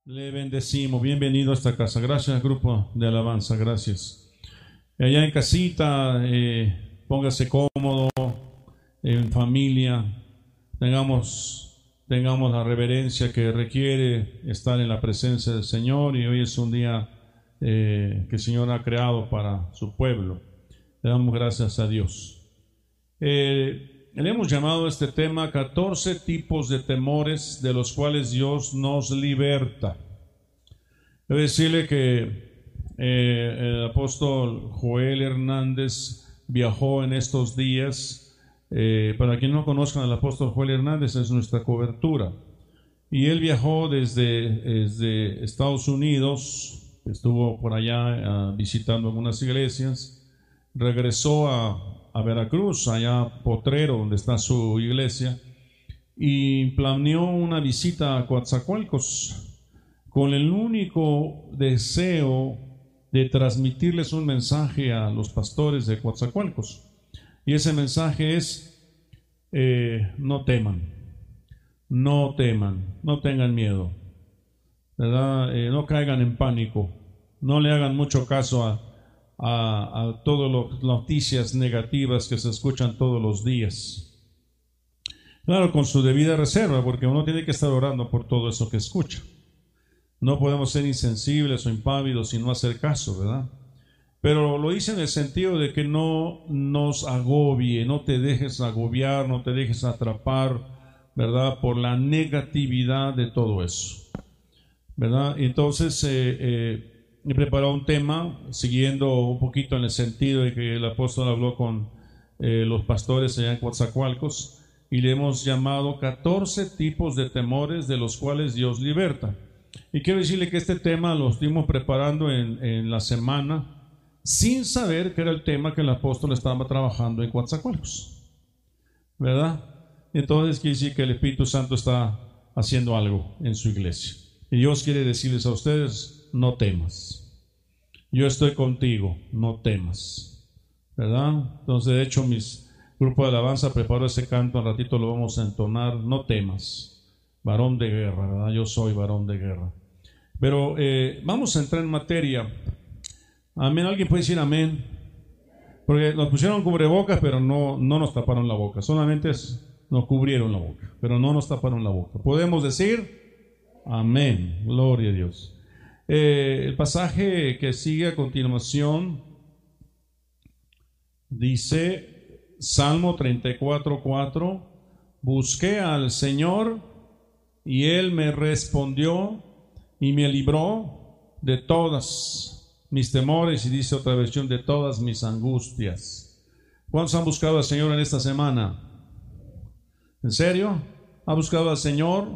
Le bendecimos, bienvenido a esta casa. Gracias, grupo de alabanza, gracias. Allá en casita, póngase cómodo, en familia, tengamos la reverencia que requiere estar en la presencia del Señor, y hoy es un día que el Señor ha creado para su pueblo. Le damos gracias a Dios. Le hemos llamado a este tema 14 tipos de temores de los cuales Dios nos liberta. Debo decirle que el apóstol Joel Hernández viajó en estos días. Para quienes no conozcan al apóstol Joel Hernández, es nuestra cobertura. Y él viajó desde Estados Unidos, estuvo por allá visitando algunas iglesias, regresó a Veracruz, allá Potrero, donde está su iglesia, y planeó una visita a Coatzacoalcos con el único deseo de transmitirles un mensaje a los pastores de Coatzacoalcos. Y ese mensaje es: no teman, no tengan miedo, ¿verdad? No caigan en pánico, no le hagan mucho caso a todas las noticias negativas que se escuchan todos los días. Claro, con su debida reserva, porque uno tiene que estar orando por todo eso que escucha. No podemos ser insensibles o impávidos y no hacer caso, ¿verdad? Pero lo hice en el sentido de que no nos agobie, no te dejes agobiar, no te dejes atrapar, ¿verdad?, por la negatividad de todo eso, ¿verdad? Entonces, he preparado un tema siguiendo un poquito en el sentido de que el apóstol habló con los pastores allá en Coatzacoalcos, y le hemos llamado 14 tipos de temores de los cuales Dios liberta. Y quiero decirle que este tema lo estuvimos preparando en la semana sin saber que era el tema que el apóstol estaba trabajando en Coatzacoalcos, ¿verdad? Entonces quiere decir que el Espíritu Santo está haciendo algo en su iglesia. Y Dios quiere decirles a ustedes: no temas, yo estoy contigo, no temas, ¿verdad? Entonces, de hecho, mis grupos de alabanza preparó ese canto, al ratito lo vamos a entonar: no temas, varón de guerra, ¿verdad? Yo soy varón de guerra. Pero vamos a entrar en materia. Amén. ¿Alguien puede decir amén? Porque nos pusieron cubrebocas, pero no nos taparon la boca. Solamente nos cubrieron la boca, pero no nos taparon la boca. ¿Podemos decir amén? Gloria a Dios. El pasaje que sigue a continuación dice, Salmo 34:4: busqué al Señor y Él me respondió y me libró de todas mis temores, y dice otra versión, de todas mis angustias. ¿Cuántos han buscado al Señor en esta semana? ¿En serio? ¿Ha buscado al Señor?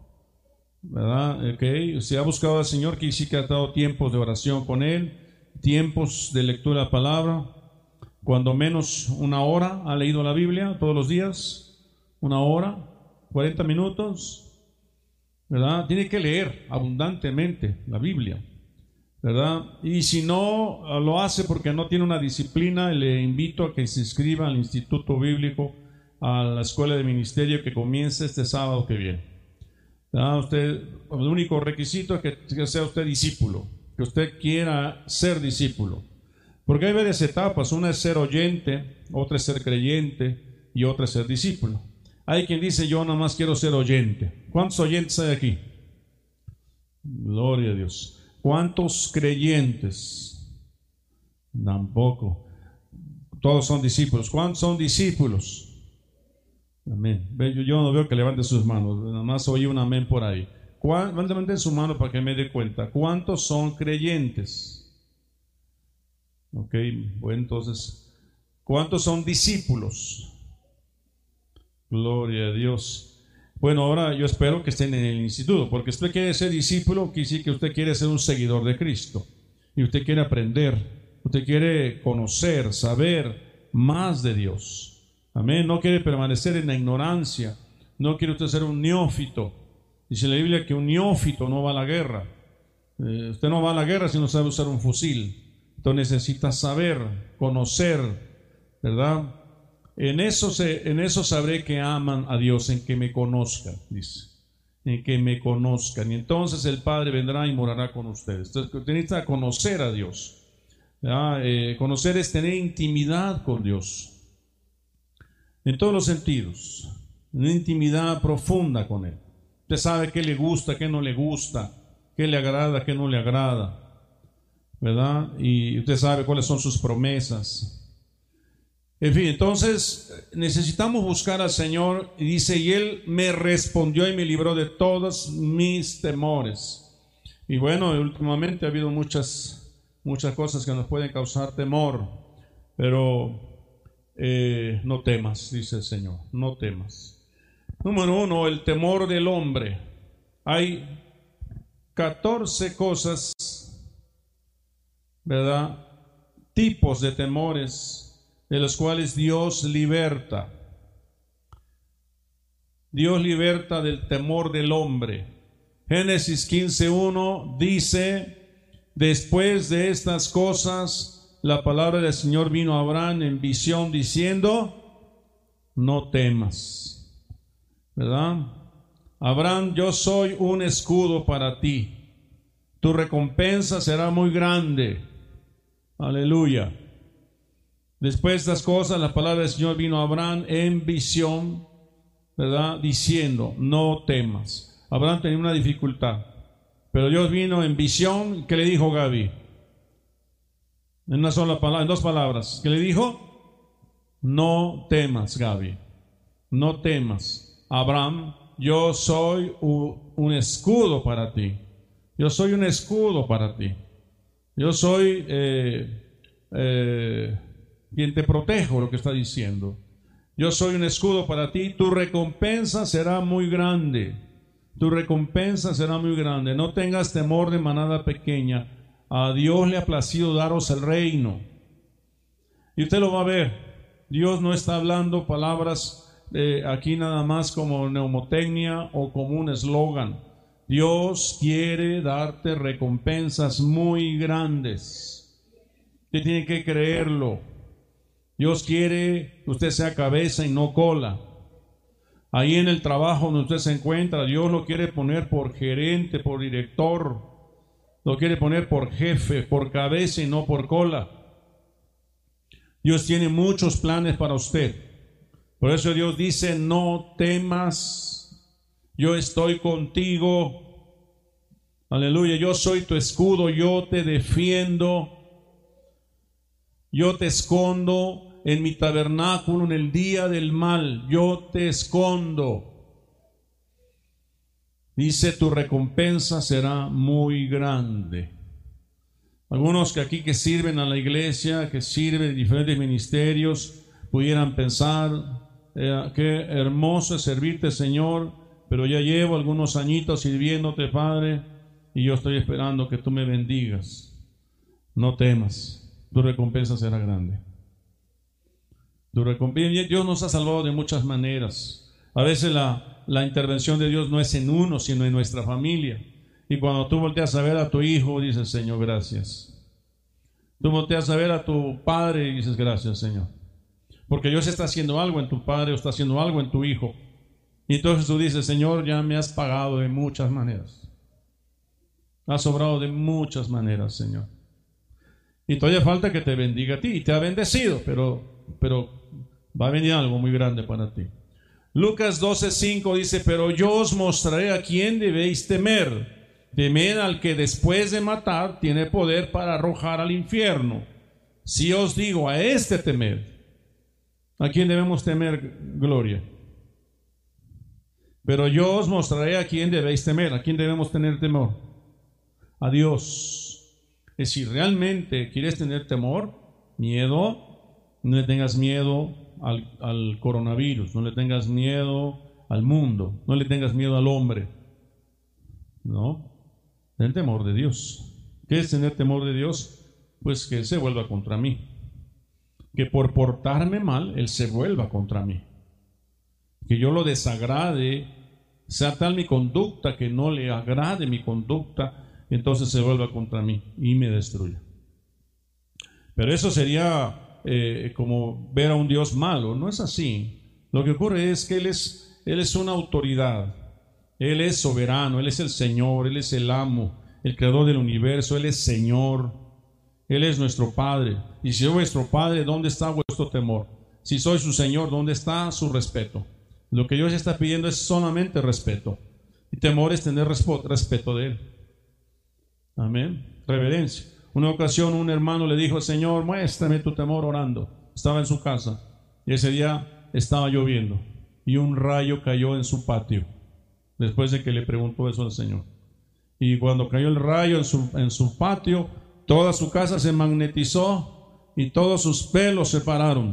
¿Verdad? Okay. Si ha buscado al Señor, quiere decir que ha dado tiempos de oración con Él, tiempos de lectura de la palabra. Cuando menos una hora ha leído la Biblia todos los días, una hora, 40 minutos, ¿verdad? Tiene que leer abundantemente la Biblia, ¿verdad? Y si no lo hace porque no tiene una disciplina, le invito a que se inscriba al Instituto Bíblico, a la Escuela de Ministerio que comienza este sábado que viene. Usted, el único requisito es que sea usted discípulo, que usted quiera ser discípulo, porque hay varias etapas. Una es ser oyente, otra es ser creyente y otra es ser discípulo. Hay quien dice: yo nada más quiero ser oyente. ¿Cuántos oyentes hay aquí? Gloria a Dios. ¿Cuántos creyentes? Tampoco. Todos son discípulos. ¿Cuántos son discípulos? Amén. Yo no veo que levanten sus manos, nada más oí un amén por ahí. Levanten su mano para que me dé cuenta. ¿Cuántos son creyentes? Ok, bueno, entonces, ¿cuántos son discípulos? Gloria a Dios. Bueno, ahora yo espero que estén en el instituto, porque si usted quiere ser discípulo, quiere decir que usted quiere ser un seguidor de Cristo, y usted quiere aprender, usted quiere conocer, saber más de Dios. Amén. No quiere permanecer en la ignorancia, no quiere usted ser un neófito. Dice la Biblia que un neófito no va a la guerra. Usted no va a la guerra si no sabe usar un fusil. Entonces necesita saber, conocer, ¿verdad? En eso sabré que aman a Dios, en que me conozcan, dice. en que me conozcan. Y entonces el Padre vendrá y morará con ustedes. Entonces, usted necesita conocer a Dios. Conocer es tener intimidad con Dios. En todos los sentidos. Una intimidad profunda con Él. Usted sabe qué le gusta, qué no le gusta, qué le agrada, qué no le agrada, ¿verdad? Y usted sabe cuáles son sus promesas. En fin, entonces necesitamos buscar al Señor, y dice, y Él me respondió y me libró de todos mis temores. Y bueno, últimamente ha habido muchas cosas que nos pueden causar temor, pero no temas, dice el Señor, no temas. Número 1, el temor del hombre. Hay 14 cosas, ¿verdad? Tipos de temores de los cuales Dios liberta. Dios liberta del temor del hombre. Génesis 15:1 dice, después de estas cosas, la palabra del Señor vino a Abraham en visión diciendo, no temas. ¿Verdad? Abraham, yo soy un escudo para ti. Tu recompensa será muy grande. Aleluya. Después de estas cosas, la palabra del Señor vino a Abraham en visión, ¿verdad? Diciendo, no temas. Abraham tenía una dificultad, pero Dios vino en visión. ¿Qué le dijo Gaby? En una sola palabra, en dos palabras. ¿Qué le dijo? No temas, Gaby. No temas. Abraham, yo soy un escudo para ti. Yo soy un escudo para ti. Yo soy quien te protejo, lo que está diciendo. Yo soy un escudo para ti, tu recompensa será muy grande. Tu recompensa será muy grande. No tengas temor de manada pequeña. A Dios le ha placido daros el reino. Y usted lo va a ver. Dios no está hablando palabras aquí nada más como neumotecnia o como un eslogan. Dios quiere darte recompensas muy grandes. Usted tiene que creerlo. Dios quiere que usted sea cabeza y no cola. Ahí en el trabajo donde usted se encuentra, Dios lo quiere poner por gerente, por director. Lo quiere poner por jefe, por cabeza y no por cola. Dios tiene muchos planes para usted. Por eso Dios dice, no temas, yo estoy contigo. Aleluya, yo soy tu escudo, yo te defiendo. Yo te escondo en mi tabernáculo en el día del mal, yo te escondo. Dice, tu recompensa será muy grande. Algunos que aquí que sirven a la iglesia, que sirven en diferentes ministerios, pudieran pensar, qué hermoso es servirte, Señor, pero ya llevo algunos añitos sirviéndote, Padre, y yo estoy esperando que tú me bendigas. No temas, tu recompensa será grande. Tu recompensa. Dios nos ha salvado de muchas maneras. A veces la intervención de Dios no es en uno, sino en nuestra familia. Y cuando tú volteas a ver a tu hijo, dices, Señor, gracias. Tú volteas a ver a tu padre y dices, gracias, Señor. Porque Dios está haciendo algo en tu padre o está haciendo algo en tu hijo. Y entonces tú dices, Señor, ya me has pagado de muchas maneras. Has sobrado de muchas maneras, Señor. Y todavía falta que te bendiga a ti. Y te ha bendecido, pero va a venir algo muy grande para ti. Lucas 12:5 dice, pero yo os mostraré a quién debéis temer. Temed al que después de matar tiene poder para arrojar al infierno. Si os digo, a este temed. ¿A quién debemos temer, Gloria? Pero yo os mostraré a quién debéis temer. ¿A quién debemos tener temor? A Dios. Es decir, realmente quieres tener temor, miedo, no le tengas miedo al coronavirus, no le tengas miedo al mundo, no le tengas miedo al hombre. No, ten temor de Dios. ¿Qué es tener temor de Dios? Pues que Él se vuelva contra mí. Que por portarme mal, Él se vuelva contra mí. Que yo lo desagrade, sea tal mi conducta que no le agrade mi conducta, entonces se vuelva contra mí y me destruya. Pero eso sería como ver a un Dios malo. No es así. Lo que ocurre es que Él es una autoridad. Él es soberano, Él es el Señor, Él es el amo, el creador del universo, Él es Señor, Él es nuestro Padre. Y si soy vuestro Padre, ¿dónde está vuestro temor? Si soy su Señor, ¿dónde está su respeto? Lo que Dios está pidiendo es solamente respeto. Y temor es tener respeto de Él. Amén. Reverencia. Una ocasión un hermano le dijo: Señor, muéstrame tu temor orando. Estaba en su casa y ese día estaba lloviendo y un rayo cayó en su patio después de que le preguntó eso al Señor. Y cuando cayó el rayo en su patio, toda su casa se magnetizó y todos sus pelos se pararon.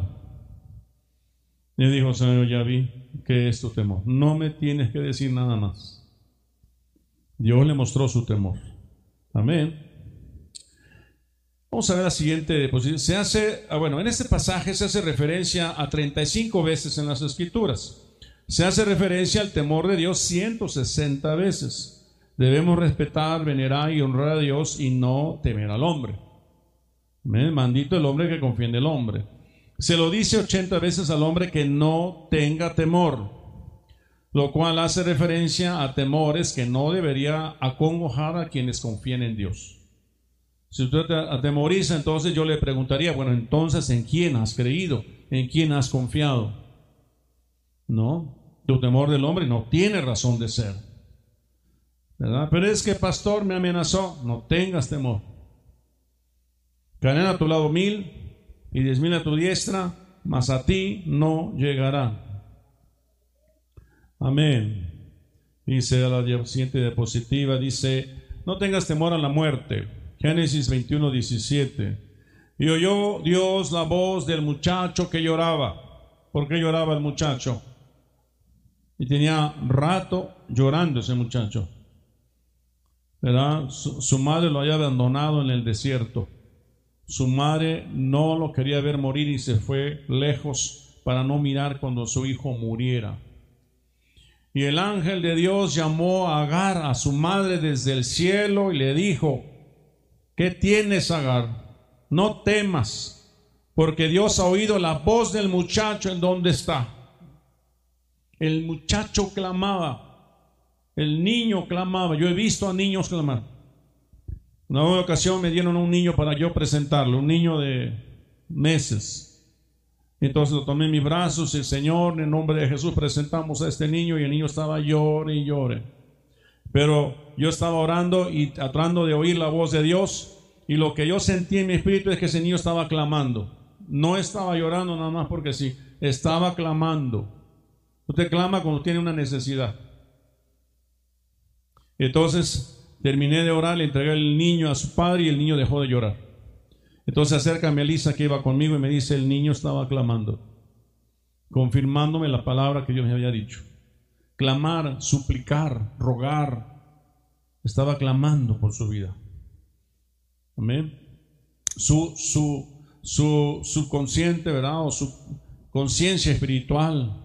Y dijo: Señor, ya vi que es tu temor. No me tienes que decir nada más. Dios le mostró su temor. Amén. Vamos a ver la siguiente diapositiva. En este pasaje se hace referencia a 35 veces en las Escrituras. Se hace referencia al temor de Dios 160 veces. Debemos respetar, venerar y honrar a Dios y no temer al hombre. Amén. Maldito el hombre que confía en el hombre. Se lo dice 80 veces al hombre que no tenga temor, lo cual hace referencia a temores que no debería acongojar a quienes confían en Dios. Si usted te atemoriza, entonces yo le preguntaría: bueno, entonces ¿en quién has creído? ¿En quién has confiado? No, tu temor del hombre no tiene razón de ser, ¿verdad? Pero es que pastor me amenazó. No tengas temor. Caerán a tu lado 1000 y 10,000 a tu diestra, mas a ti no llegará. Amén. Dice a la siguiente diapositiva, dice: no tengas temor a la muerte. Génesis 21:17. Y oyó Dios la voz del muchacho que lloraba. ¿Por qué lloraba el muchacho? Y tenía rato llorando ese muchacho, ¿verdad? Su madre lo había abandonado en el desierto. Su madre no lo quería ver morir y se fue lejos para no mirar cuando su hijo muriera. Y el ángel de Dios llamó a Agar, a su madre, desde el cielo y le dijo: ¿qué tienes, Agar? No temas, porque Dios ha oído la voz del muchacho en donde está. El muchacho clamaba, el niño clamaba. Yo he visto a niños clamar. Una ocasión me dieron un niño para yo presentarlo, un niño de meses. Entonces lo tomé en mis brazos y: Señor, en el nombre de Jesús presentamos a este niño. Y el niño estaba llore y llore. Pero yo estaba orando y tratando de oír la voz de Dios, y lo que yo sentí en mi espíritu es que ese niño estaba clamando. No estaba llorando nada más porque sí, estaba clamando. Usted clama cuando tiene una necesidad. Entonces terminé de orar, le entregué el niño a su padre y el niño dejó de llorar. Entonces acerca a Melissa, que iba conmigo, y me dice: el niño estaba clamando, confirmándome la palabra que Dios me había dicho. Clamar, suplicar, rogar. Estaba clamando por su vida. Amén. Su subconsciente, ¿verdad? O su conciencia espiritual,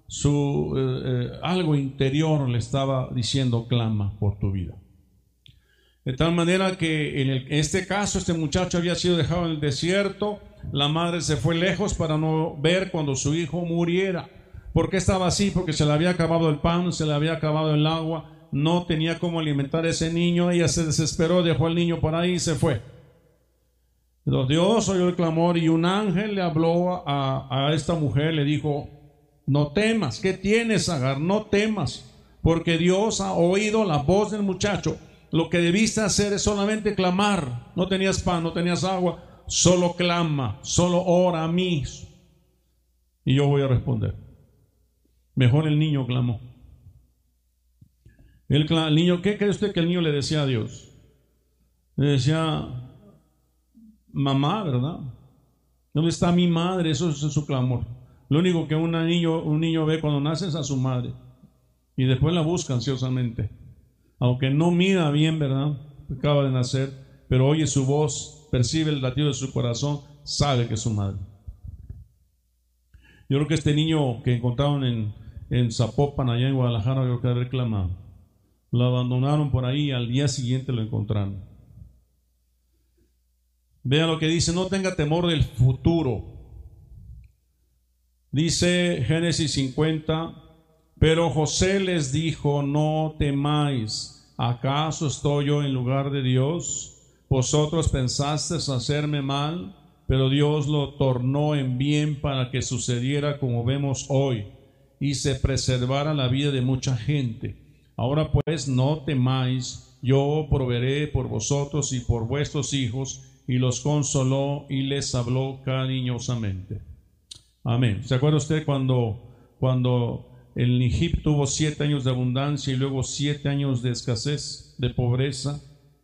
algo interior le estaba diciendo: clama por tu vida. De tal manera que en este caso, este muchacho había sido dejado en el desierto. La madre se fue lejos para no ver cuando su hijo muriera. ¿Por qué estaba así? Porque se le había acabado el pan, se le había acabado el agua, no tenía cómo alimentar a ese niño. Ella se desesperó, dejó al niño por ahí y se fue. Entonces Dios oyó el clamor y un ángel le habló a esta mujer, le dijo: no temas. ¿Qué tienes, Agar? No temas, porque Dios ha oído la voz del muchacho. Lo que debiste hacer es solamente clamar. No tenías pan, no tenías agua, solo clama, solo ora a mí y yo voy a responder. Mejor el niño clamó. El niño, ¿qué cree usted que el niño le decía a Dios? Le decía: mamá, ¿verdad? ¿Dónde está mi madre? Eso es su clamor. Lo único que un niño ve cuando nace es a su madre, y después la busca ansiosamente. Aunque no mira bien, ¿verdad? Acaba de nacer, pero oye su voz, percibe el latido de su corazón, sabe que es su madre. Yo creo que este niño que encontraron en Zapopan, allá en Guadalajara, creo que haber clamado. Lo abandonaron por ahí y al día siguiente lo encontraron. Vean lo que dice: no tenga temor del futuro. Dice Génesis 50, Pero José les dijo: no temáis, ¿acaso estoy yo en lugar de Dios? Vosotros pensasteis hacerme mal, pero Dios lo tornó en bien para que sucediera como vemos hoy, y se preservara la vida de mucha gente. Ahora pues no temáis, yo proveeré por vosotros y por vuestros hijos. Y los consoló y les habló cariñosamente. Amén. ¿Se acuerda usted cuando en Egipto hubo 7 años de abundancia y luego 7 años de escasez, de pobreza?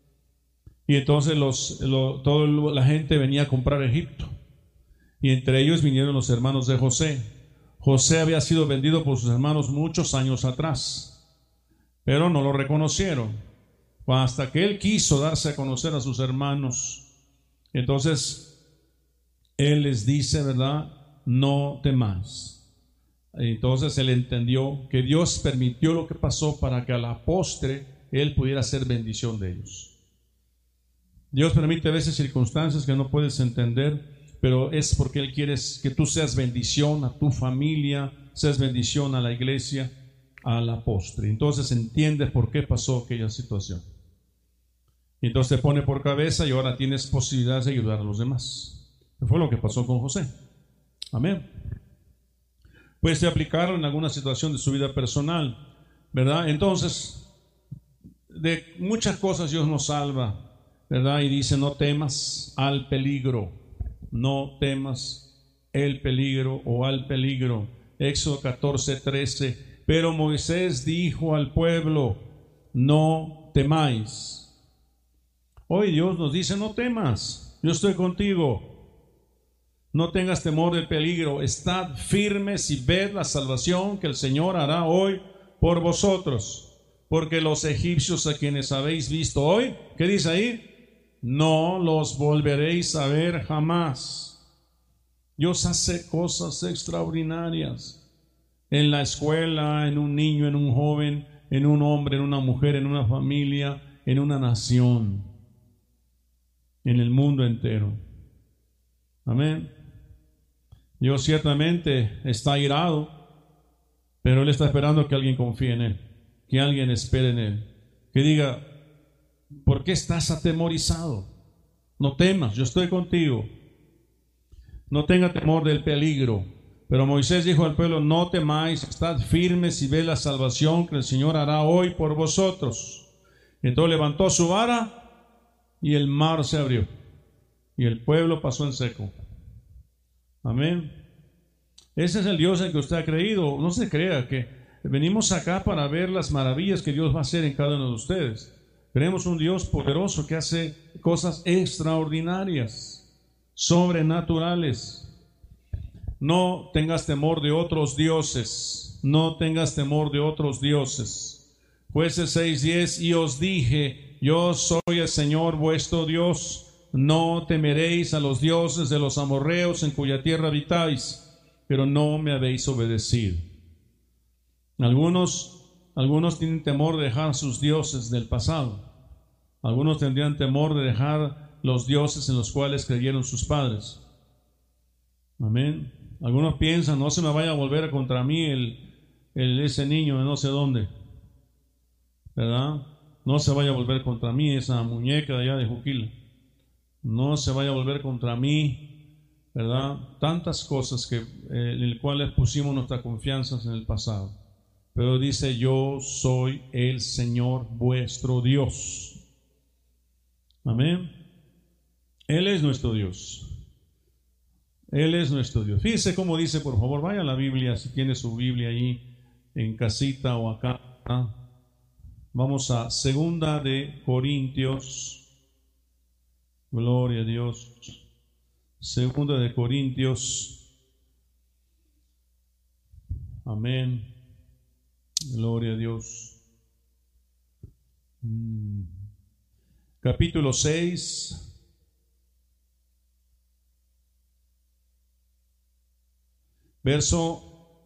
Y entonces toda la gente venía a comprar Egipto. Y entre ellos vinieron los hermanos de José. José había sido vendido por sus hermanos muchos años atrás, pero no lo reconocieron. Hasta que él quiso darse a conocer a sus hermanos, entonces él les dice, ¿verdad? No temáis. Entonces él entendió que Dios permitió lo que pasó para que a la postre él pudiera ser bendición de ellos. Dios permite a veces circunstancias que no puedes entender, pero es porque Él quiere que tú seas bendición a tu familia, seas bendición a la iglesia, a la postre. Entonces entiendes por qué pasó aquella situación. Entonces te pone por cabeza y ahora tienes posibilidades de ayudar a los demás. Fue lo que pasó con José. Amén. Puede aplicarlo en alguna situación de su vida personal, ¿verdad? Entonces, de muchas cosas Dios nos salva, ¿verdad? Y dice: no temas al peligro, no temas el peligro o al peligro. Éxodo 14:13. Pero Moisés dijo al pueblo: no temáis. Hoy Dios nos dice: no temas, yo estoy contigo. No tengas temor del peligro, estad firmes y ved la salvación que el Señor hará hoy por vosotros. Porque los egipcios a quienes habéis visto hoy, ¿qué dice ahí? No los volveréis a ver jamás. Dios hace cosas extraordinarias en la escuela, en un niño, en un joven, en un hombre, en una mujer, en una familia, en una nación, en el mundo entero. Amén. Dios ciertamente está airado, pero Él está esperando que alguien confíe en Él, que alguien espere en Él, que diga: ¿por qué estás atemorizado? No temas, yo estoy contigo. No tenga temor del peligro. Pero Moisés dijo al pueblo: no temáis, estad firmes y ved la salvación que el Señor hará hoy por vosotros. Entonces levantó su vara y el mar se abrió y el pueblo pasó en seco. Amén. Ese es el Dios en que usted ha creído. No se crea que venimos acá para ver las maravillas que Dios va a hacer en cada uno de ustedes. Creemos un Dios poderoso que hace cosas extraordinarias, sobrenaturales. No tengas temor de otros dioses, no tengas temor de otros dioses. Jueces 6:10, y os dije: yo soy el Señor vuestro Dios. No temeréis a los dioses de los amorreos en cuya tierra habitáis, pero no me habéis obedecido. Algunos tienen temor de dejar sus dioses del pasado. Algunos tendrían temor de dejar los dioses en los cuales creyeron sus padres. Amén. Algunos piensan: no se me vaya a volver contra mí ese niño de no sé dónde, ¿verdad? No se vaya a volver contra mí esa muñeca de allá de Juquila. No se vaya a volver contra mí, ¿verdad? Tantas cosas en las cuales pusimos nuestra confianza en el pasado. Pero dice: yo soy el Señor vuestro Dios. Amén. Él es nuestro Dios. Él es nuestro Dios. Fíjese cómo dice, por favor, vaya a la Biblia, si tiene su Biblia ahí en casita o acá. Vamos a 2 de Corintios. Gloria a Dios. 2 de Corintios. Amén. Gloria a Dios. Capítulo 6. Verso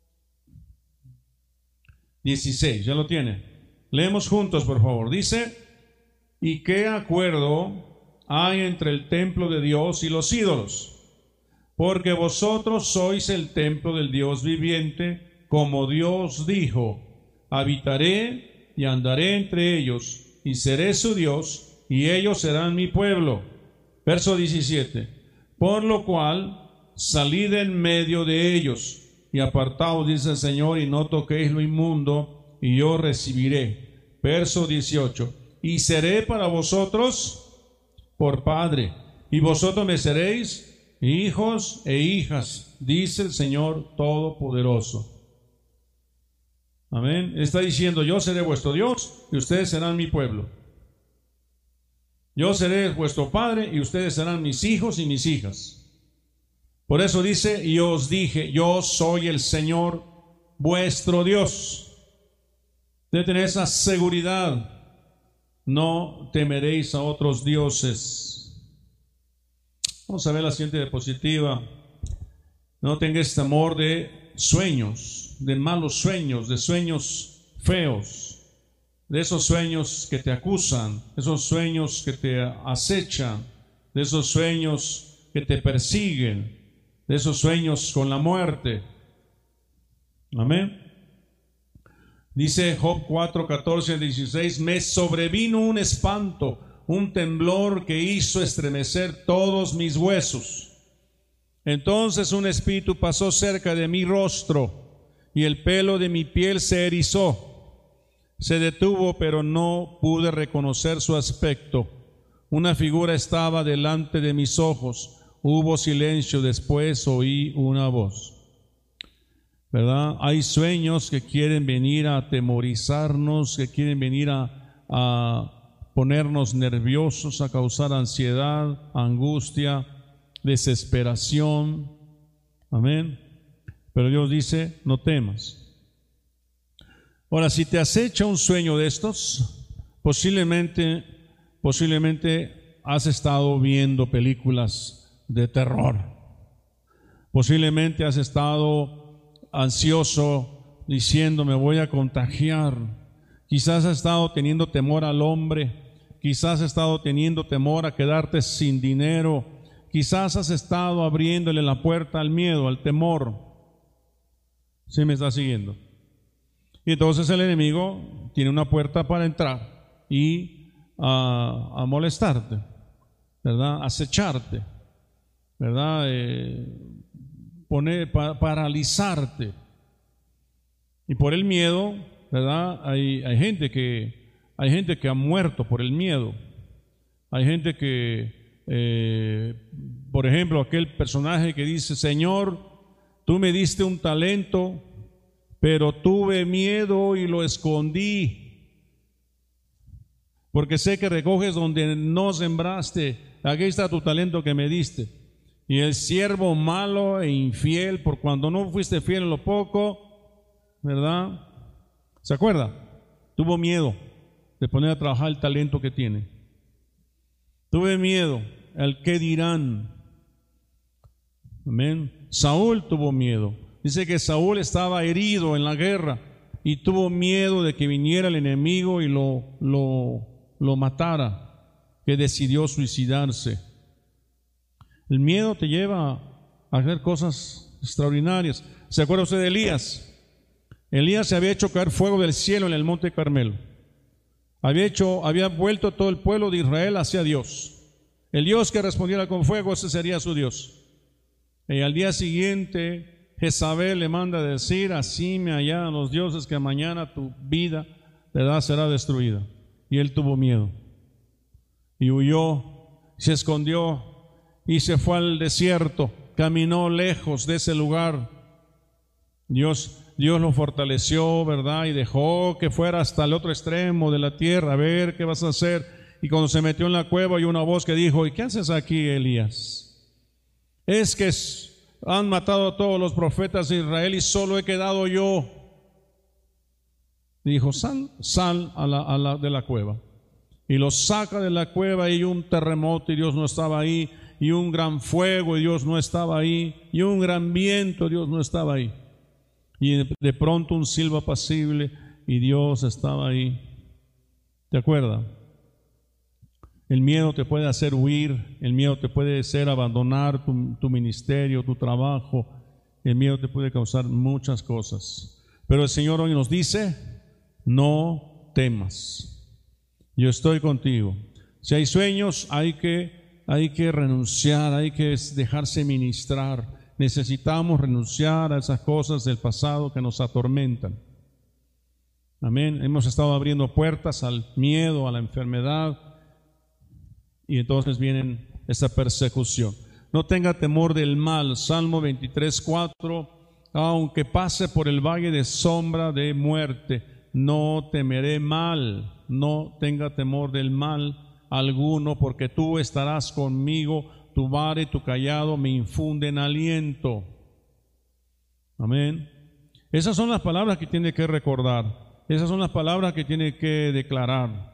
16. ¿Ya lo tiene? Leemos juntos, por favor. Dice: ¿y qué acuerdo hay entre el templo de Dios y los ídolos? Porque vosotros sois el templo del Dios viviente, como Dios dijo, habitaré y andaré entre ellos, y seré su Dios, y ellos serán mi pueblo. Verso 17. Por lo cual, salid en medio de ellos, y apartaos, dice el Señor, y no toquéis lo inmundo, y yo recibiré. Verso 18. Y seré para vosotros por Padre, y vosotros me seréis hijos e hijas, dice el Señor Todopoderoso. Amén. Está diciendo, yo seré vuestro Dios y ustedes serán mi pueblo. Yo seré vuestro Padre y ustedes serán mis hijos y mis hijas. Por eso dice, y os dije, yo soy el Señor vuestro Dios. Debe tener esa seguridad. No temeréis a otros dioses. Vamos a ver la siguiente diapositiva. No tengáis temor de sueños, de malos sueños, de sueños feos, de esos sueños que te acusan, esos sueños que te acechan, de esos sueños que te persiguen, de esos sueños con la muerte. Amén. Dice Job 4, 14, 16, me sobrevino un espanto, un temblor que hizo estremecer todos mis huesos. Entonces un espíritu pasó cerca de mi rostro y el pelo de mi piel se erizó. Se detuvo, pero no pude reconocer su aspecto. Una figura estaba delante de mis ojos. Hubo silencio, después oí una voz. ¿Verdad? Hay sueños que quieren venir a atemorizarnos, que quieren venir a ponernos nerviosos, a causar ansiedad, angustia, desesperación. Amén. Pero Dios dice, no temas. Ahora, si te acecha un sueño de estos, posiblemente has estado viendo películas de terror. Posiblemente has estado ansioso diciendo, me voy a contagiar. Quizás has estado teniendo temor al hombre. Quizás has estado teniendo temor a quedarte sin dinero. Quizás has estado abriéndole la puerta al miedo, al temor. ¿Sí me está siguiendo? Y entonces el enemigo tiene una puerta para entrar y a molestarte, ¿verdad? Acecharte, ¿verdad? Paralizarte. Y por el miedo, ¿verdad? Hay gente que ha muerto por el miedo. Hay gente que por ejemplo, aquel personaje que dice, Señor, tú me diste un talento, pero tuve miedo y lo escondí, porque sé que recoges donde no sembraste. Aquí está tu talento que me diste. Y el siervo malo e infiel, por cuando no fuiste fiel en lo poco, ¿verdad? ¿Se acuerda? Tuvo miedo de poner a trabajar el talento que tiene. Tuve miedo al qué dirán. Amén. Saúl tuvo miedo. Dice que Saúl estaba herido en la guerra y tuvo miedo de que viniera el enemigo y lo matara, que decidió suicidarse. El miedo te lleva a hacer cosas extraordinarias. ¿Se acuerda usted de Elías? Elías se había hecho caer fuego del cielo en el monte Carmelo. Había vuelto todo el pueblo de Israel hacia Dios. El Dios que respondiera con fuego, ese sería su Dios. Y al día siguiente, Jezabel le manda a decir, así me hallaron los dioses que mañana tu vida, ¿verdad?, será destruida. Y él tuvo miedo. Y huyó, se escondió y se fue al desierto. Caminó lejos de ese lugar. Dios lo fortaleció, ¿verdad? Y dejó que fuera hasta el otro extremo de la tierra, a ver qué vas a hacer. Y cuando se metió en la cueva, hay una voz que dijo, ¿y qué haces aquí, Elías? Es que han matado a todos los profetas de Israel y solo he quedado yo. Dijo, sal de la cueva. Y lo saca de la cueva y un terremoto y Dios no estaba ahí. Y un gran fuego y Dios no estaba ahí. Y un gran viento y Dios no estaba ahí. Y de pronto un silbo apacible y Dios estaba ahí. ¿Te acuerdas? El miedo te puede hacer huir, el miedo te puede hacer abandonar tu ministerio, tu trabajo. El miedo te puede causar muchas cosas. Pero el Señor hoy nos dice, no temas, yo estoy contigo. Si hay sueños, hay que renunciar, hay que dejarse ministrar. Necesitamos renunciar a esas cosas del pasado que nos atormentan. Amén. Hemos estado abriendo puertas al miedo, a la enfermedad, y entonces viene esa persecución. No tenga temor del mal. Salmo 23:4. Aunque pase por el valle de sombra de muerte, no temeré mal. No tenga temor del mal alguno, porque tú estarás conmigo. Tu vara y tu cayado me infunden aliento. Amén. Esas son las palabras que tiene que recordar. Esas son las palabras que tiene que declarar.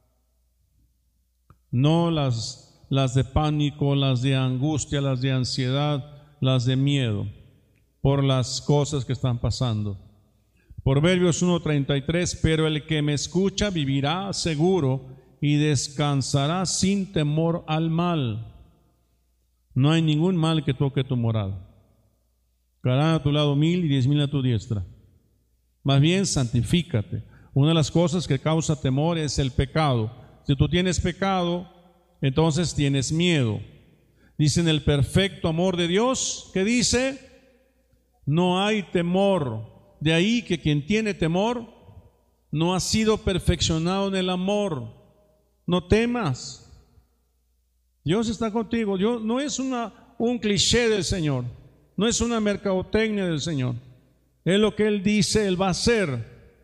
No las de pánico, las de angustia, las de ansiedad, las de miedo por las cosas que están pasando. Proverbios 1:33, pero el que me escucha vivirá seguro y descansará sin temor al mal. No hay ningún mal que toque tu morada. Caerán a tu lado 1000 y 10,000 a tu diestra. Más bien, santifícate. Una de las cosas que causa temor es el pecado. Si tú tienes pecado, entonces tienes miedo. Dice en el perfecto amor de Dios, ¿qué dice? No hay temor. De ahí que quien tiene temor no ha sido perfeccionado en el amor. No temas. Dios está contigo. Dios no es un cliché del Señor, no es una mercadotecnia del Señor. Es lo que Él dice, Él va a hacer.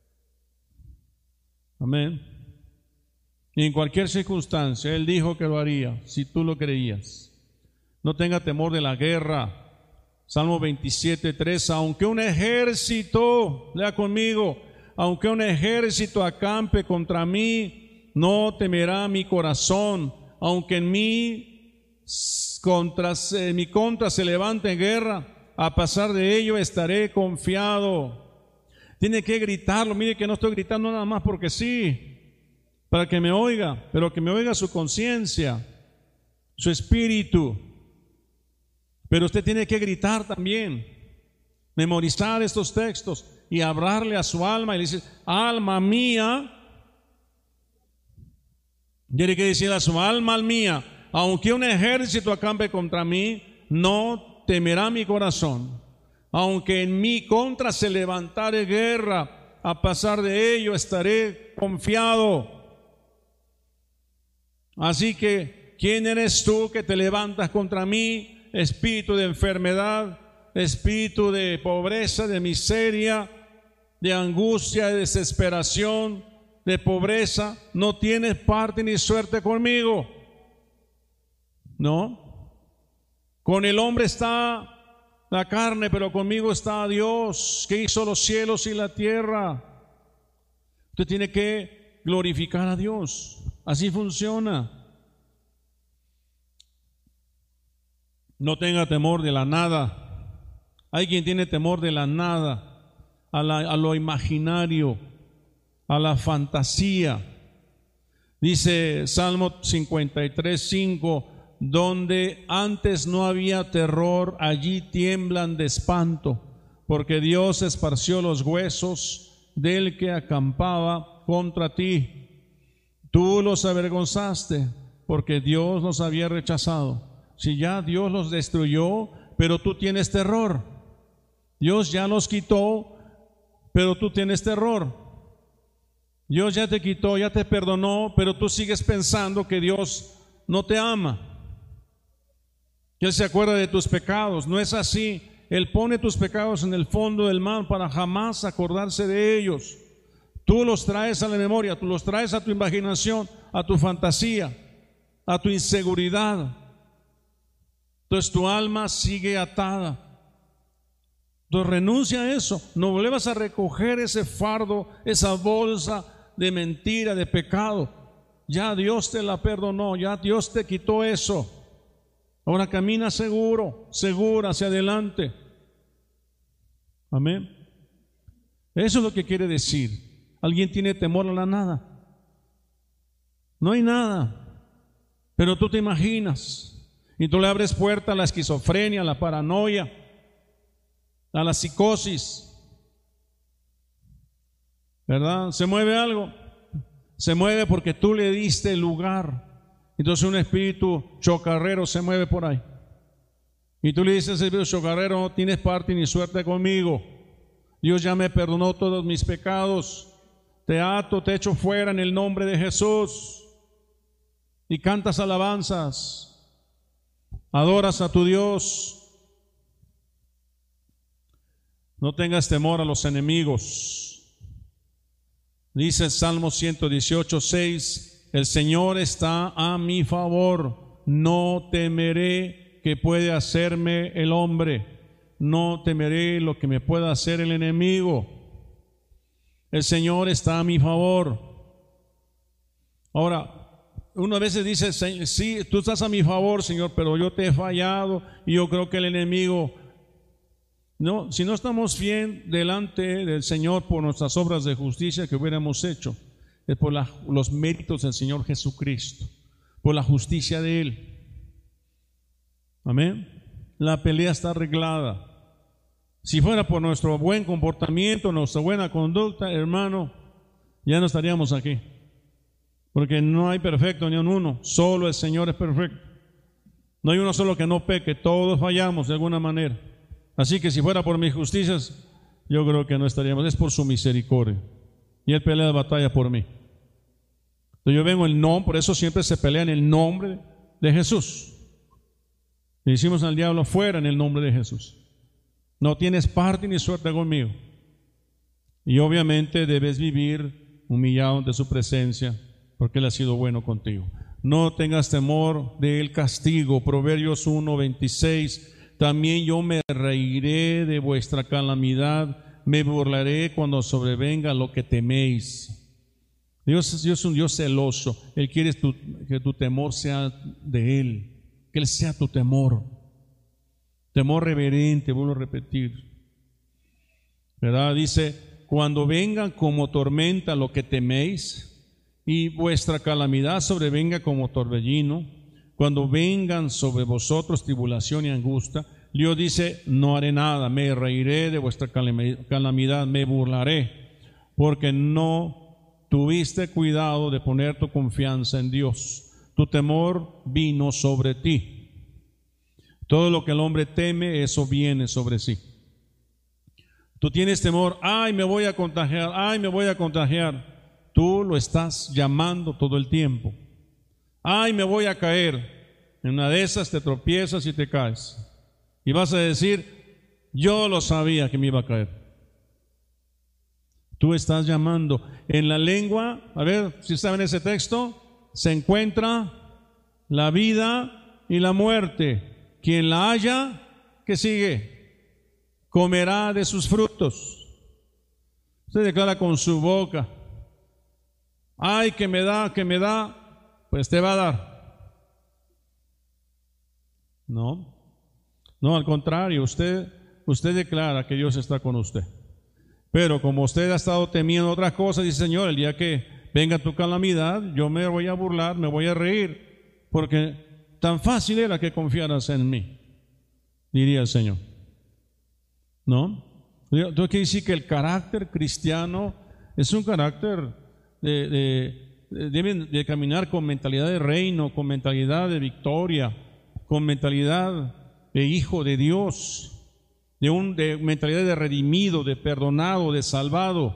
Amén. Y en cualquier circunstancia, Él dijo que lo haría, si tú lo creías. No tenga temor de la guerra. Salmo 27:3, aunque un ejército, lea conmigo, aunque un ejército acampe contra mí, no temerá mi corazón. Aunque en mi contra se levante guerra, a pesar de ello estaré confiado. Tiene que gritarlo. Mire que no estoy gritando nada más porque sí, para que me oiga, pero que me oiga su conciencia, su espíritu. Pero usted tiene que gritar también, memorizar estos textos y hablarle a su alma y decir, alma mía. Tiene que decir a su alma mía, aunque un ejército acampe contra mí, no temerá mi corazón. Aunque en mi contra se levantare guerra, a pesar de ello estaré confiado. Así que, ¿quién eres tú que te levantas contra mí? Espíritu de enfermedad, espíritu de pobreza, de miseria, de angustia, de desesperación, de pobreza, no tienes parte ni suerte conmigo. No. Con el hombre está la carne, pero conmigo está Dios, que hizo los cielos y la tierra. Usted tiene que glorificar a Dios. Así funciona. No tenga temor de la nada. Hay quien tiene temor de la nada, a lo imaginario, a la fantasía. Dice Salmo 53:5, donde antes no había terror, allí tiemblan de espanto, porque Dios esparció los huesos del que acampaba contra ti. Tú los avergonzaste, porque Dios los había rechazado. Si ya Dios los destruyó, pero tú tienes terror. Dios ya los quitó, pero tú tienes terror. Dios ya te quitó, ya te perdonó, pero tú sigues pensando que Dios no te ama, que Él se acuerda de tus pecados. No es así. Él pone tus pecados en el fondo del mar para jamás acordarse de ellos. Tú los traes a la memoria, tú los traes a tu imaginación, a tu fantasía, a tu inseguridad. Entonces tu alma sigue atada. Entonces renuncia a eso. No vuelvas a recoger ese fardo, esa bolsa de mentira, de pecado. Ya Dios te la perdonó, ya Dios te quitó eso. Ahora camina seguro, segura hacia adelante. Amén. Eso es lo que quiere decir. ¿Alguien tiene temor a la nada? No hay nada, pero tú te imaginas. Y tú le abres puerta a la esquizofrenia, a la paranoia, a la psicosis. ¿verdad? ¿Se mueve algo? Se mueve porque tú le diste lugar. Entonces un espíritu chocarrero se mueve por ahí. Y tú le dices, espíritu chocarrero, no tienes parte ni suerte conmigo. Dios ya me perdonó todos mis pecados. Te ato, te echo fuera en el nombre de Jesús. Y cantas alabanzas. Adoras a tu Dios. No tengas temor a los enemigos. Dice el Salmo 118:6, el Señor está a mi favor, no temeré que puede hacerme el hombre, no temeré lo que me pueda hacer el enemigo. El Señor está a mi favor. Ahora, uno a veces dice, sí, tú estás a mi favor, Señor, pero yo te he fallado y yo creo que el enemigo... No, si no estamos bien delante del Señor por nuestras obras de justicia que hubiéramos hecho, es por los méritos del Señor Jesucristo, por la justicia de Él. Amén. La pelea está arreglada. Si fuera por nuestro buen comportamiento, nuestra buena conducta, hermano, ya no estaríamos aquí. Porque no hay perfecto ni uno, solo el Señor es perfecto. No hay uno solo que no peque, todos fallamos de alguna manera. Así que si fuera por mis justicias, yo creo que no estaríamos. Es por su misericordia. Y Él pelea la batalla por mí. Entonces yo vengo en nombre, por eso siempre se pelea en el nombre de Jesús. Le decimos al diablo, fuera en el nombre de Jesús. No tienes parte ni suerte conmigo. Y obviamente debes vivir humillado ante su presencia, porque Él ha sido bueno contigo. No tengas temor del castigo. Proverbios 1:26. También yo me reiré de vuestra calamidad, me burlaré cuando sobrevenga lo que teméis. Dios es un Dios celoso. Él quiere que tu temor sea de Él, que Él sea tu temor. Temor reverente, vuelvo a repetir. ¿Verdad? Dice, cuando vengan como tormenta lo que teméis y vuestra calamidad sobrevenga como torbellino, cuando vengan sobre vosotros tribulación y angustia, Dios dice, no haré nada, me reiré de vuestra calamidad, me burlaré, porque no tuviste cuidado de poner tu confianza en Dios. Tu temor vino sobre ti. Todo lo que el hombre teme, eso viene sobre sí. Tú tienes temor, ay, me voy a contagiar, ay, me voy a contagiar. Tú lo estás llamando todo el tiempo. Ay, me voy a caer. En una de esas te tropiezas y te caes. Y vas a decir, yo lo sabía que me iba a caer. Tú estás llamando. En la lengua, a ver si saben ese texto, se encuentra la vida y la muerte. Quien la haya, ¿qué sigue? Comerá de sus frutos. Usted declara con su boca, ay, que me da, pues te va a dar. No, al contrario, usted declara que Dios está con usted. Pero como usted ha estado temiendo otras cosas, dice, Señor, el día que venga tu calamidad, yo me voy a burlar, me voy a reír, porque tan fácil era que confiaras en mí, diría el Señor. ¿No? Entonces quiere decir que el carácter cristiano es un carácter deben de caminar con mentalidad de reino, con mentalidad de victoria, con mentalidad de hijo de Dios, de mentalidad de redimido, de perdonado, de salvado.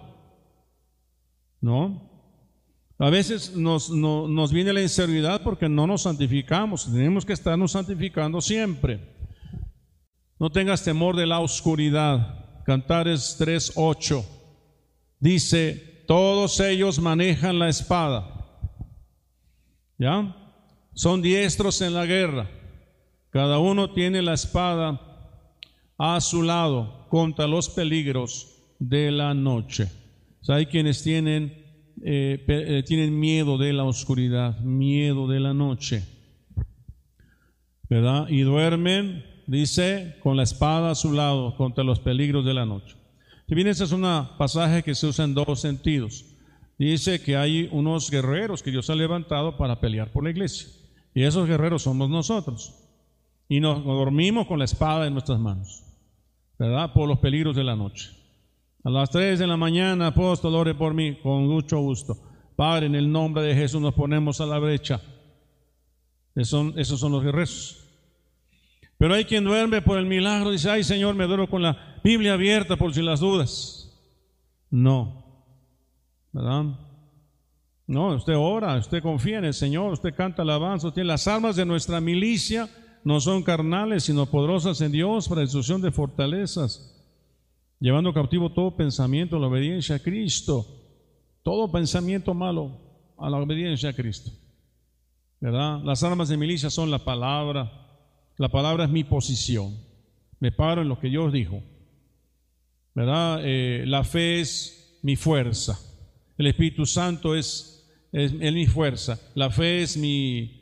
¿No? A veces nos viene la inseguridad porque no nos santificamos. Tenemos que estarnos santificando siempre. No tengas temor de la oscuridad. Cantares 3:8 dice, todos ellos manejan la espada. ¿Ya? Son diestros en la guerra. Cada uno tiene la espada a su lado contra los peligros de la noche. O sea, hay quienes tienen miedo de la oscuridad, miedo de la noche, ¿verdad? Y duermen, dice, con la espada a su lado contra los peligros de la noche. Si bien ese es un pasaje que se usa en dos sentidos. Dice que hay unos guerreros que Dios ha levantado para pelear por la iglesia. Y esos guerreros somos nosotros. Y nos dormimos con la espada en nuestras manos, ¿verdad? Por los peligros de la noche. A las 3 de la mañana, apóstol, ore por mí, con mucho gusto. Padre, en el nombre de Jesús nos ponemos a la brecha. Esos son los rezos. Pero hay quien duerme por el milagro, dice, ay Señor, me duermo con la Biblia abierta por si las dudas. No, ¿verdad? No, usted ora, usted confía en el Señor, usted canta alabanza, usted, las armas de nuestra milicia no son carnales, sino poderosas en Dios para destrucción de fortalezas, llevando cautivo todo pensamiento a la obediencia a Cristo, todo pensamiento malo a la obediencia a Cristo, ¿verdad? Las armas de milicia son la palabra es mi posición, me paro en lo que Dios dijo, ¿verdad? La fe es mi fuerza, el Espíritu Santo es mi fuerza, la fe es mi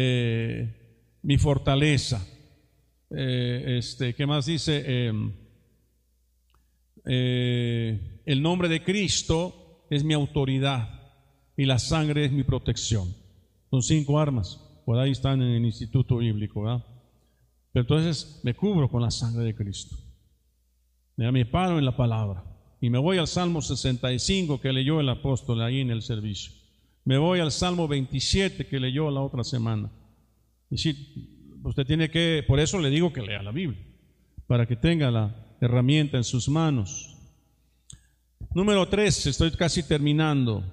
fortaleza. ¿Qué más dice? El nombre de Cristo es mi autoridad y la sangre es mi protección. Son 5 armas, por ahí están en el Instituto Bíblico, ¿verdad? Pero entonces me cubro con la sangre de Cristo. Me paro en la palabra y me voy al Salmo 65 que leyó el apóstol ahí en el servicio. Me voy al Salmo 27 que leyó la otra semana. Y sí, usted tiene que, por eso le digo que lea la Biblia, para que tenga la herramienta en sus manos. Número 3, estoy casi terminando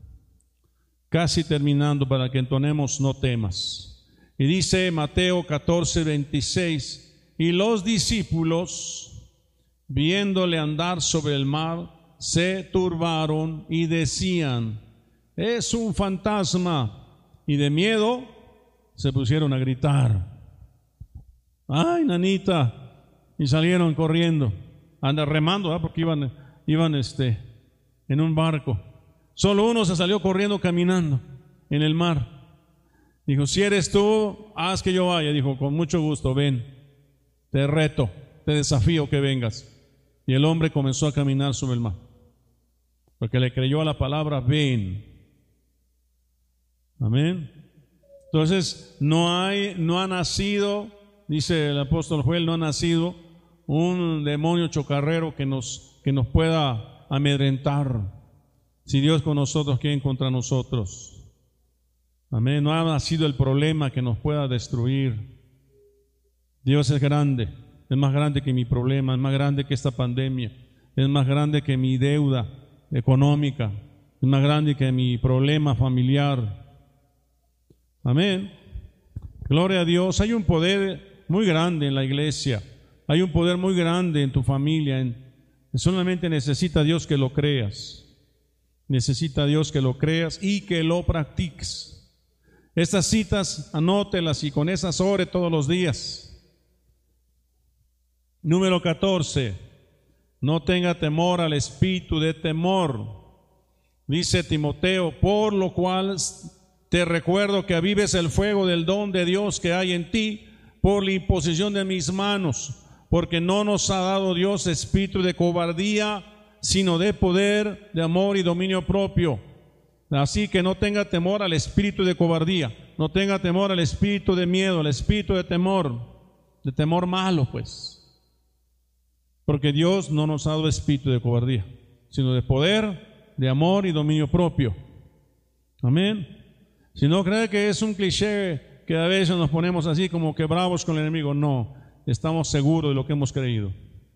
para que entonemos no temas. Y dice Mateo 14:26, y los discípulos, viéndole andar sobre el mar, se turbaron y decían, es un fantasma, y de miedo se pusieron a gritar, ay nanita, y salieron corriendo, anda remando, ¿verdad? Porque iban en un barco. Solo uno se salió corriendo caminando en el mar. Dijo, si eres tú, haz que yo vaya. Dijo, con mucho gusto, ven, te reto, te desafío que vengas. Y el hombre comenzó a caminar sobre el mar, porque le creyó a la palabra, ven. Amén. Entonces, no ha nacido, dice el apóstol Joel, no ha nacido un demonio chocarrero que nos pueda amedrentar. Si Dios con nosotros, ¿quién contra nosotros? Amén. No ha nacido el problema que nos pueda destruir. Dios es grande, es más grande que mi problema, es más grande que esta pandemia, es más grande que mi deuda económica, es más grande que mi problema familiar. Amén. Gloria a Dios. Hay un poder muy grande en la iglesia, hay un poder muy grande en tu familia. Solamente necesita Dios que lo creas. Necesita Dios que lo creas y que lo practiques. Estas citas, anótelas y con esas ore todos los días. Número 14. No tenga temor al espíritu de temor. Dice Timoteo, por lo cual te recuerdo que avives el fuego del don de Dios que hay en ti por la imposición de mis manos, porque no nos ha dado Dios espíritu de cobardía, sino de poder, de amor y dominio propio. Así que no tenga temor al espíritu de cobardía, no tenga temor al espíritu de miedo, al espíritu de temor malo, pues. Porque Dios no nos ha dado espíritu de cobardía, sino de poder, de amor y dominio propio. Amén. Si no cree que es un cliché que a veces nos ponemos así como que bravos con el enemigo, no, estamos seguros de lo que hemos creído.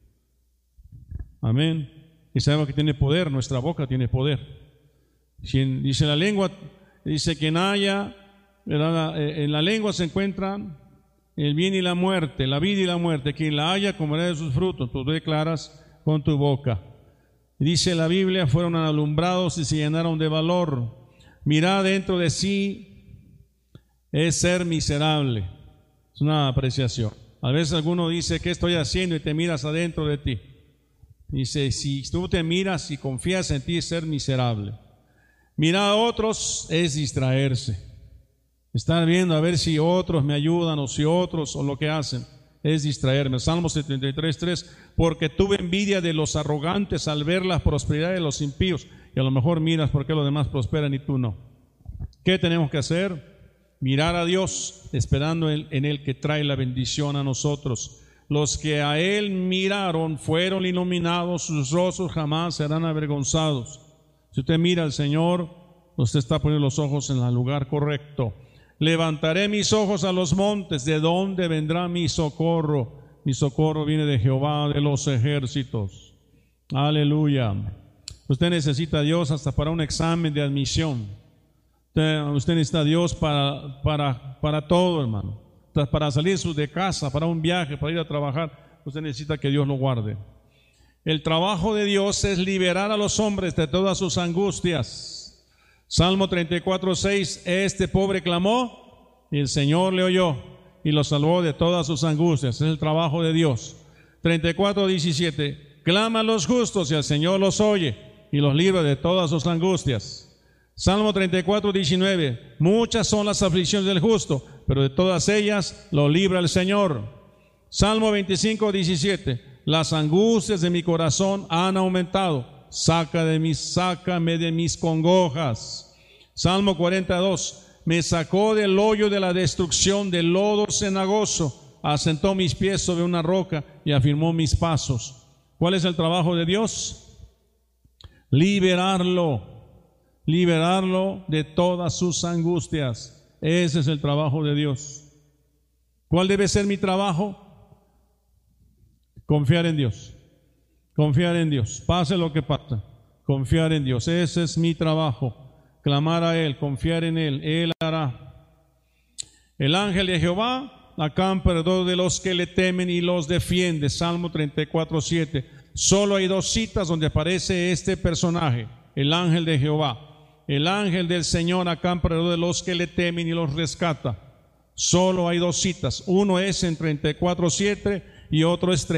Amén. Y sabemos que tiene poder, nuestra boca tiene poder. Dice la lengua, dice quien haya, en la lengua se encuentran el bien y la muerte, la vida y la muerte. Quien la haya comerá de sus frutos, tú declaras con tu boca. Dice la Biblia, fueron alumbrados y se llenaron de valor. Mirar dentro de sí es ser miserable. Es una apreciación. A veces alguno dice, ¿qué estoy haciendo? Y te miras adentro de ti. Dice, si tú te miras y confías en ti, es ser miserable. Mirar a otros es distraerse. Estar viendo a ver si otros me ayudan o si otros o lo que hacen es distraerme. Salmo 73:3, porque tuve envidia de los arrogantes al ver la prosperidad de los impíos. Y a lo mejor miras por qué los demás prosperan y tú no. ¿Qué tenemos que hacer? Mirar a Dios, esperando en Él que trae la bendición a nosotros. Los que a Él miraron fueron iluminados, sus rostros jamás serán avergonzados. Si usted mira al Señor, usted está poniendo los ojos en el lugar correcto. Levantaré mis ojos a los montes, ¿de dónde vendrá mi socorro? Mi socorro viene de Jehová de los ejércitos. Aleluya. Usted necesita a Dios hasta para un examen de admisión. Usted necesita a Dios para todo, hermano. Para salir de casa, para un viaje, para ir a trabajar, usted necesita que Dios lo guarde. El trabajo de Dios es liberar a los hombres de todas sus angustias. Salmo 34:6, este pobre clamó y el Señor le oyó y lo salvó de todas sus angustias. Es el trabajo de Dios. 34:17, claman los justos y el Señor los oye y los libra de todas sus angustias. Salmo 34:19, muchas son las aflicciones del justo, pero de todas ellas lo libra el Señor. Salmo 25:17, las angustias de mi corazón han aumentado, sácame de mis congojas. Salmo 42, me sacó del hoyo de la destrucción, del lodo cenagoso, asentó mis pies sobre una roca y afirmó mis pasos. ¿Cuál es el trabajo de Dios? Liberarlo de todas sus angustias. Ese es el trabajo de Dios. ¿Cuál debe ser mi trabajo? Confiar en Dios. Confiar en Dios. Pase lo que pase. Confiar en Dios. Ese es mi trabajo. Clamar a Él, confiar en Él. Él hará. El ángel de Jehová acampa alrededor de los que le temen y los defiende. Salmo 34:7. Solo hay dos citas donde aparece este personaje, el ángel de Jehová. El ángel del Señor acampa alrededor de los que le temen y los rescata. Solo hay dos citas. Uno es en 34:7 y otro es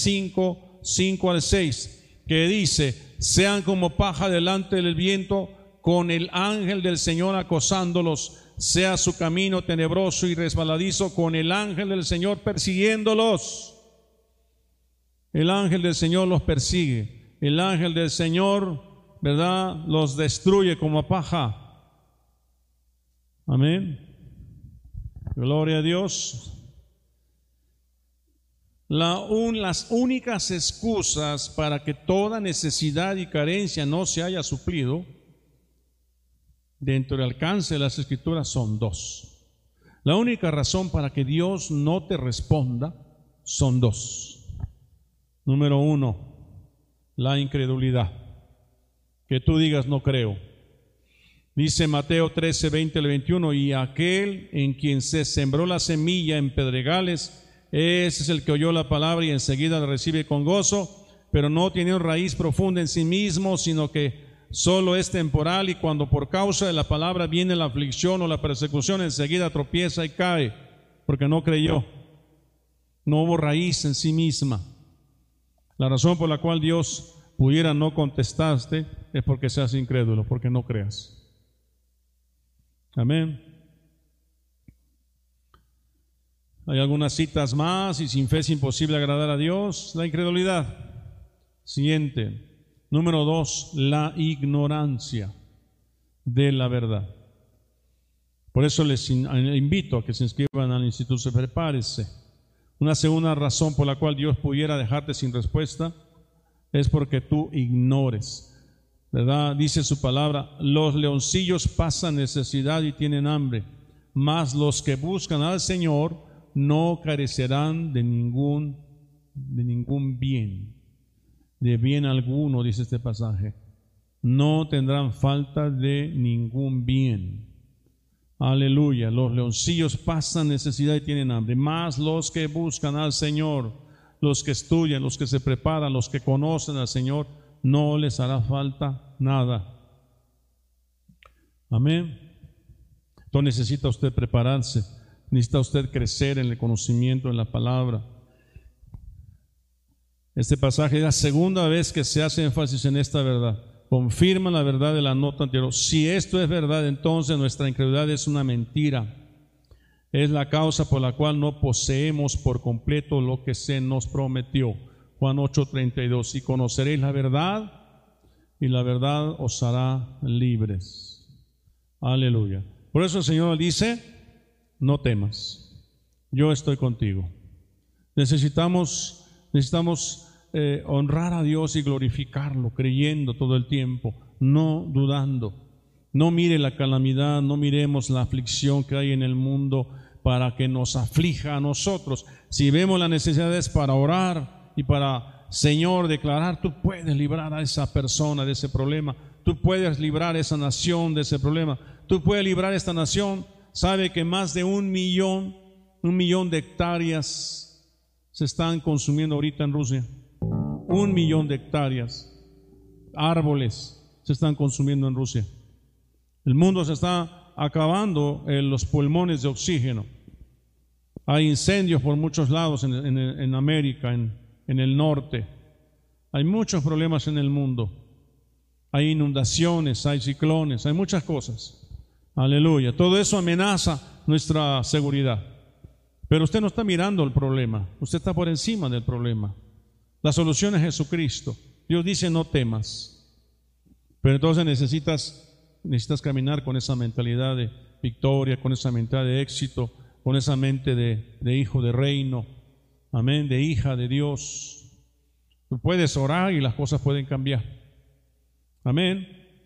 35:5-6, que dice, sean como paja delante del viento, con el ángel del Señor acosándolos, sea su camino tenebroso y resbaladizo, con el ángel del Señor persiguiéndolos. El ángel del Señor los persigue. El ángel del Señor, ¿verdad?, los destruye como paja. Amén. Gloria a Dios. Las únicas excusas para que toda necesidad y carencia no se haya suplido dentro del alcance de las Escrituras son dos. La única razón para que Dios no te responda son dos. Número uno, la incredulidad. Que tú digas no creo. Dice Mateo 13:20-21, y aquel en quien se sembró la semilla en pedregales, ese es el que oyó la palabra y enseguida la recibe con gozo, pero no tiene raíz profunda en sí mismo, sino que solo es temporal, y cuando por causa de la palabra viene la aflicción o la persecución, enseguida tropieza y cae, porque no creyó. No hubo raíz en sí misma. La razón por la cual Dios pudiera no contestarte es porque seas incrédulo, porque no creas. Amén. Hay algunas citas más, y sin fe es imposible agradar a Dios. La incredulidad. Siguiente. Número 2, la ignorancia de la verdad. Por eso les invito a que se inscriban al instituto. Prepárese. Una segunda razón por la cual Dios pudiera dejarte sin respuesta es porque tú ignores, ¿verdad? Dice su palabra, los leoncillos pasan necesidad y tienen hambre, mas los que buscan al Señor no carecerán de ningún bien, de bien alguno, dice este pasaje. No tendrán falta de ningún bien. Aleluya. Los leoncillos pasan necesidad y tienen hambre, mas los que buscan al Señor, los que estudian, los que se preparan, los que conocen al Señor, no les hará falta nada. Amén. Entonces necesita usted prepararse, necesita usted crecer en el conocimiento de la palabra. Este pasaje es la segunda vez que se hace énfasis en esta verdad. Confirma la verdad de la nota anterior. Si esto es verdad, entonces nuestra incredulidad es una mentira. Es la causa por la cual no poseemos por completo lo que se nos prometió. Juan 8:32. Y conoceréis la verdad, y la verdad os hará libres. Aleluya. Por eso el Señor dice, no temas, yo estoy contigo. Necesitamos honrar a Dios y glorificarlo, creyendo todo el tiempo, no dudando. No mire la calamidad, no miremos la aflicción que hay en el mundo para que nos aflija a nosotros. Si vemos las necesidades para orar y para, Señor, declarar, tú puedes librar a esa persona de ese problema, tú puedes librar a esa nación de ese problema, tú puedes librar a esta nación. Sabe que más de 1 millón de hectáreas se están consumiendo ahorita en Rusia. 1 millón de hectáreas, árboles se están consumiendo en Rusia. El mundo se está acabando los pulmones de oxígeno. Hay incendios por muchos lados en América, en el norte. Hay muchos problemas en el mundo. Hay inundaciones, hay ciclones, hay muchas cosas. Aleluya. Todo eso amenaza nuestra seguridad. Pero usted no está mirando el problema. Usted está por encima del problema. La solución es Jesucristo. Dios dice, no temas. Pero entonces necesitas caminar con esa mentalidad de victoria, con esa mentalidad de éxito, con esa mente de hijo de reino, amén, de hija de Dios. Tú puedes orar y las cosas pueden cambiar. Amén.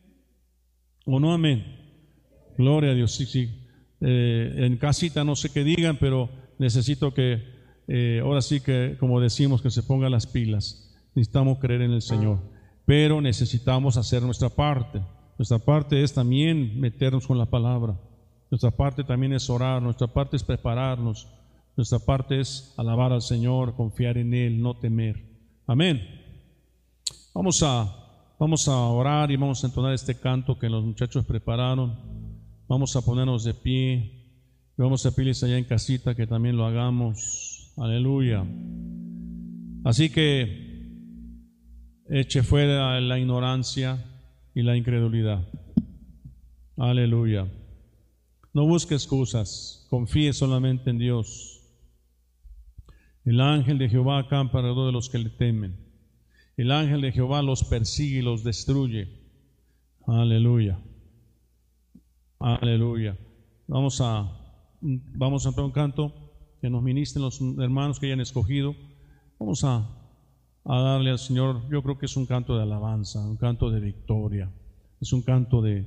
¿O no amén? Gloria a Dios. Sí. En casita no sé qué digan, pero necesito que, ahora sí que, como decimos, que se pongan las pilas. Necesitamos creer en el Señor, pero necesitamos hacer nuestra parte. Nuestra parte es también meternos con la palabra. Nuestra parte también es orar. Nuestra parte es prepararnos. Nuestra parte es alabar al Señor, confiar en Él, no temer. Amén. Vamos a orar y vamos a entonar este canto que los muchachos prepararon. Vamos a ponernos de pie y vamos a pedirles allá en casita que también lo hagamos. Aleluya. Así que eche fuera la ignorancia y la incredulidad. Aleluya. No busque excusas, confíe solamente en Dios. El ángel de Jehová acampa alrededor de los que le temen. El ángel de Jehová los persigue y los destruye. Aleluya. Aleluya. Vamos a poner un canto que nos ministren los hermanos que hayan escogido. Vamos a darle al Señor, yo creo que es un canto de alabanza, un canto de victoria, es un canto de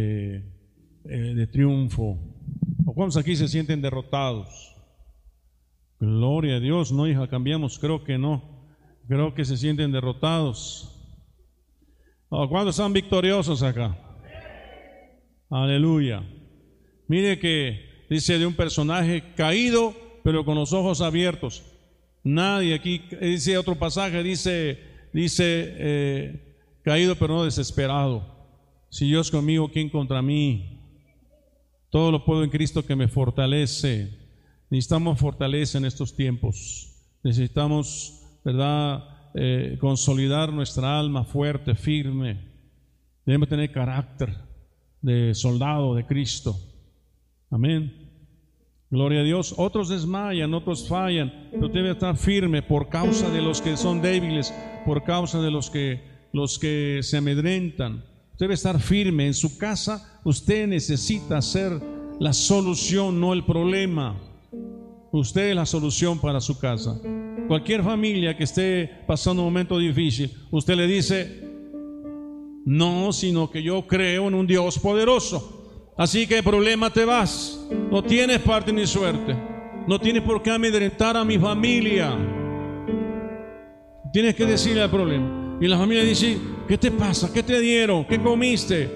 triunfo. ¿O cuántos aquí se sienten derrotados? Gloria a Dios. No, hija, cambiamos, creo que no, creo que se sienten derrotados. ¿O cuántos están victoriosos acá? Aleluya. Mire que dice de un personaje caído pero con los ojos abiertos. Nadie aquí, dice otro pasaje, dice caído pero no desesperado. Si Dios conmigo, ¿quién contra mí? Todo lo puedo en Cristo que me fortalece. Necesitamos fortaleza en estos tiempos. Necesitamos, ¿verdad?, consolidar nuestra alma fuerte, firme. Debemos tener carácter de soldado de Cristo. Amén. Gloria a Dios. Otros desmayan, otros fallan, pero debe estar firme por causa de los que son débiles, por causa de los que se amedrentan. Debe estar firme. En su casa usted necesita ser la solución, no el problema. Usted es la solución para su casa. Cualquier familia que esté pasando un momento difícil, usted le dice, no, sino que yo creo en un Dios poderoso. Así que el problema te vas. No tienes parte ni suerte. No tienes por qué amedrentar a mi familia. Tienes que decirle al problema. Y la familia dice, ¿qué te pasa? ¿Qué te dieron? ¿Qué comiste?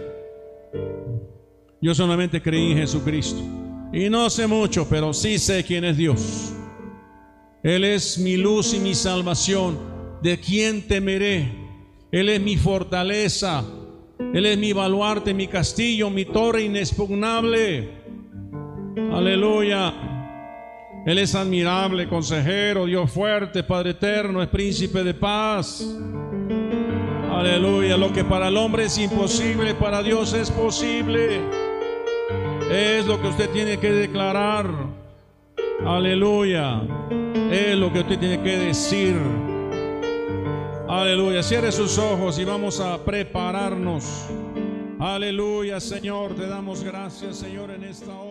Yo solamente creí en Jesucristo. Y no sé mucho, pero sí sé quién es Dios. Él es mi luz y mi salvación. ¿De quién temeré? Él es mi fortaleza. Él es mi baluarte, mi castillo, mi torre inexpugnable. Aleluya. Él es admirable, consejero, Dios fuerte, Padre eterno, es príncipe de paz. Aleluya. Lo que para el hombre es imposible, para Dios es posible. Es lo que usted tiene que declarar. Aleluya. Es lo que usted tiene que decir. Aleluya. Cierre sus ojos y vamos a prepararnos. Aleluya, Señor. Te damos gracias, Señor, en esta hora.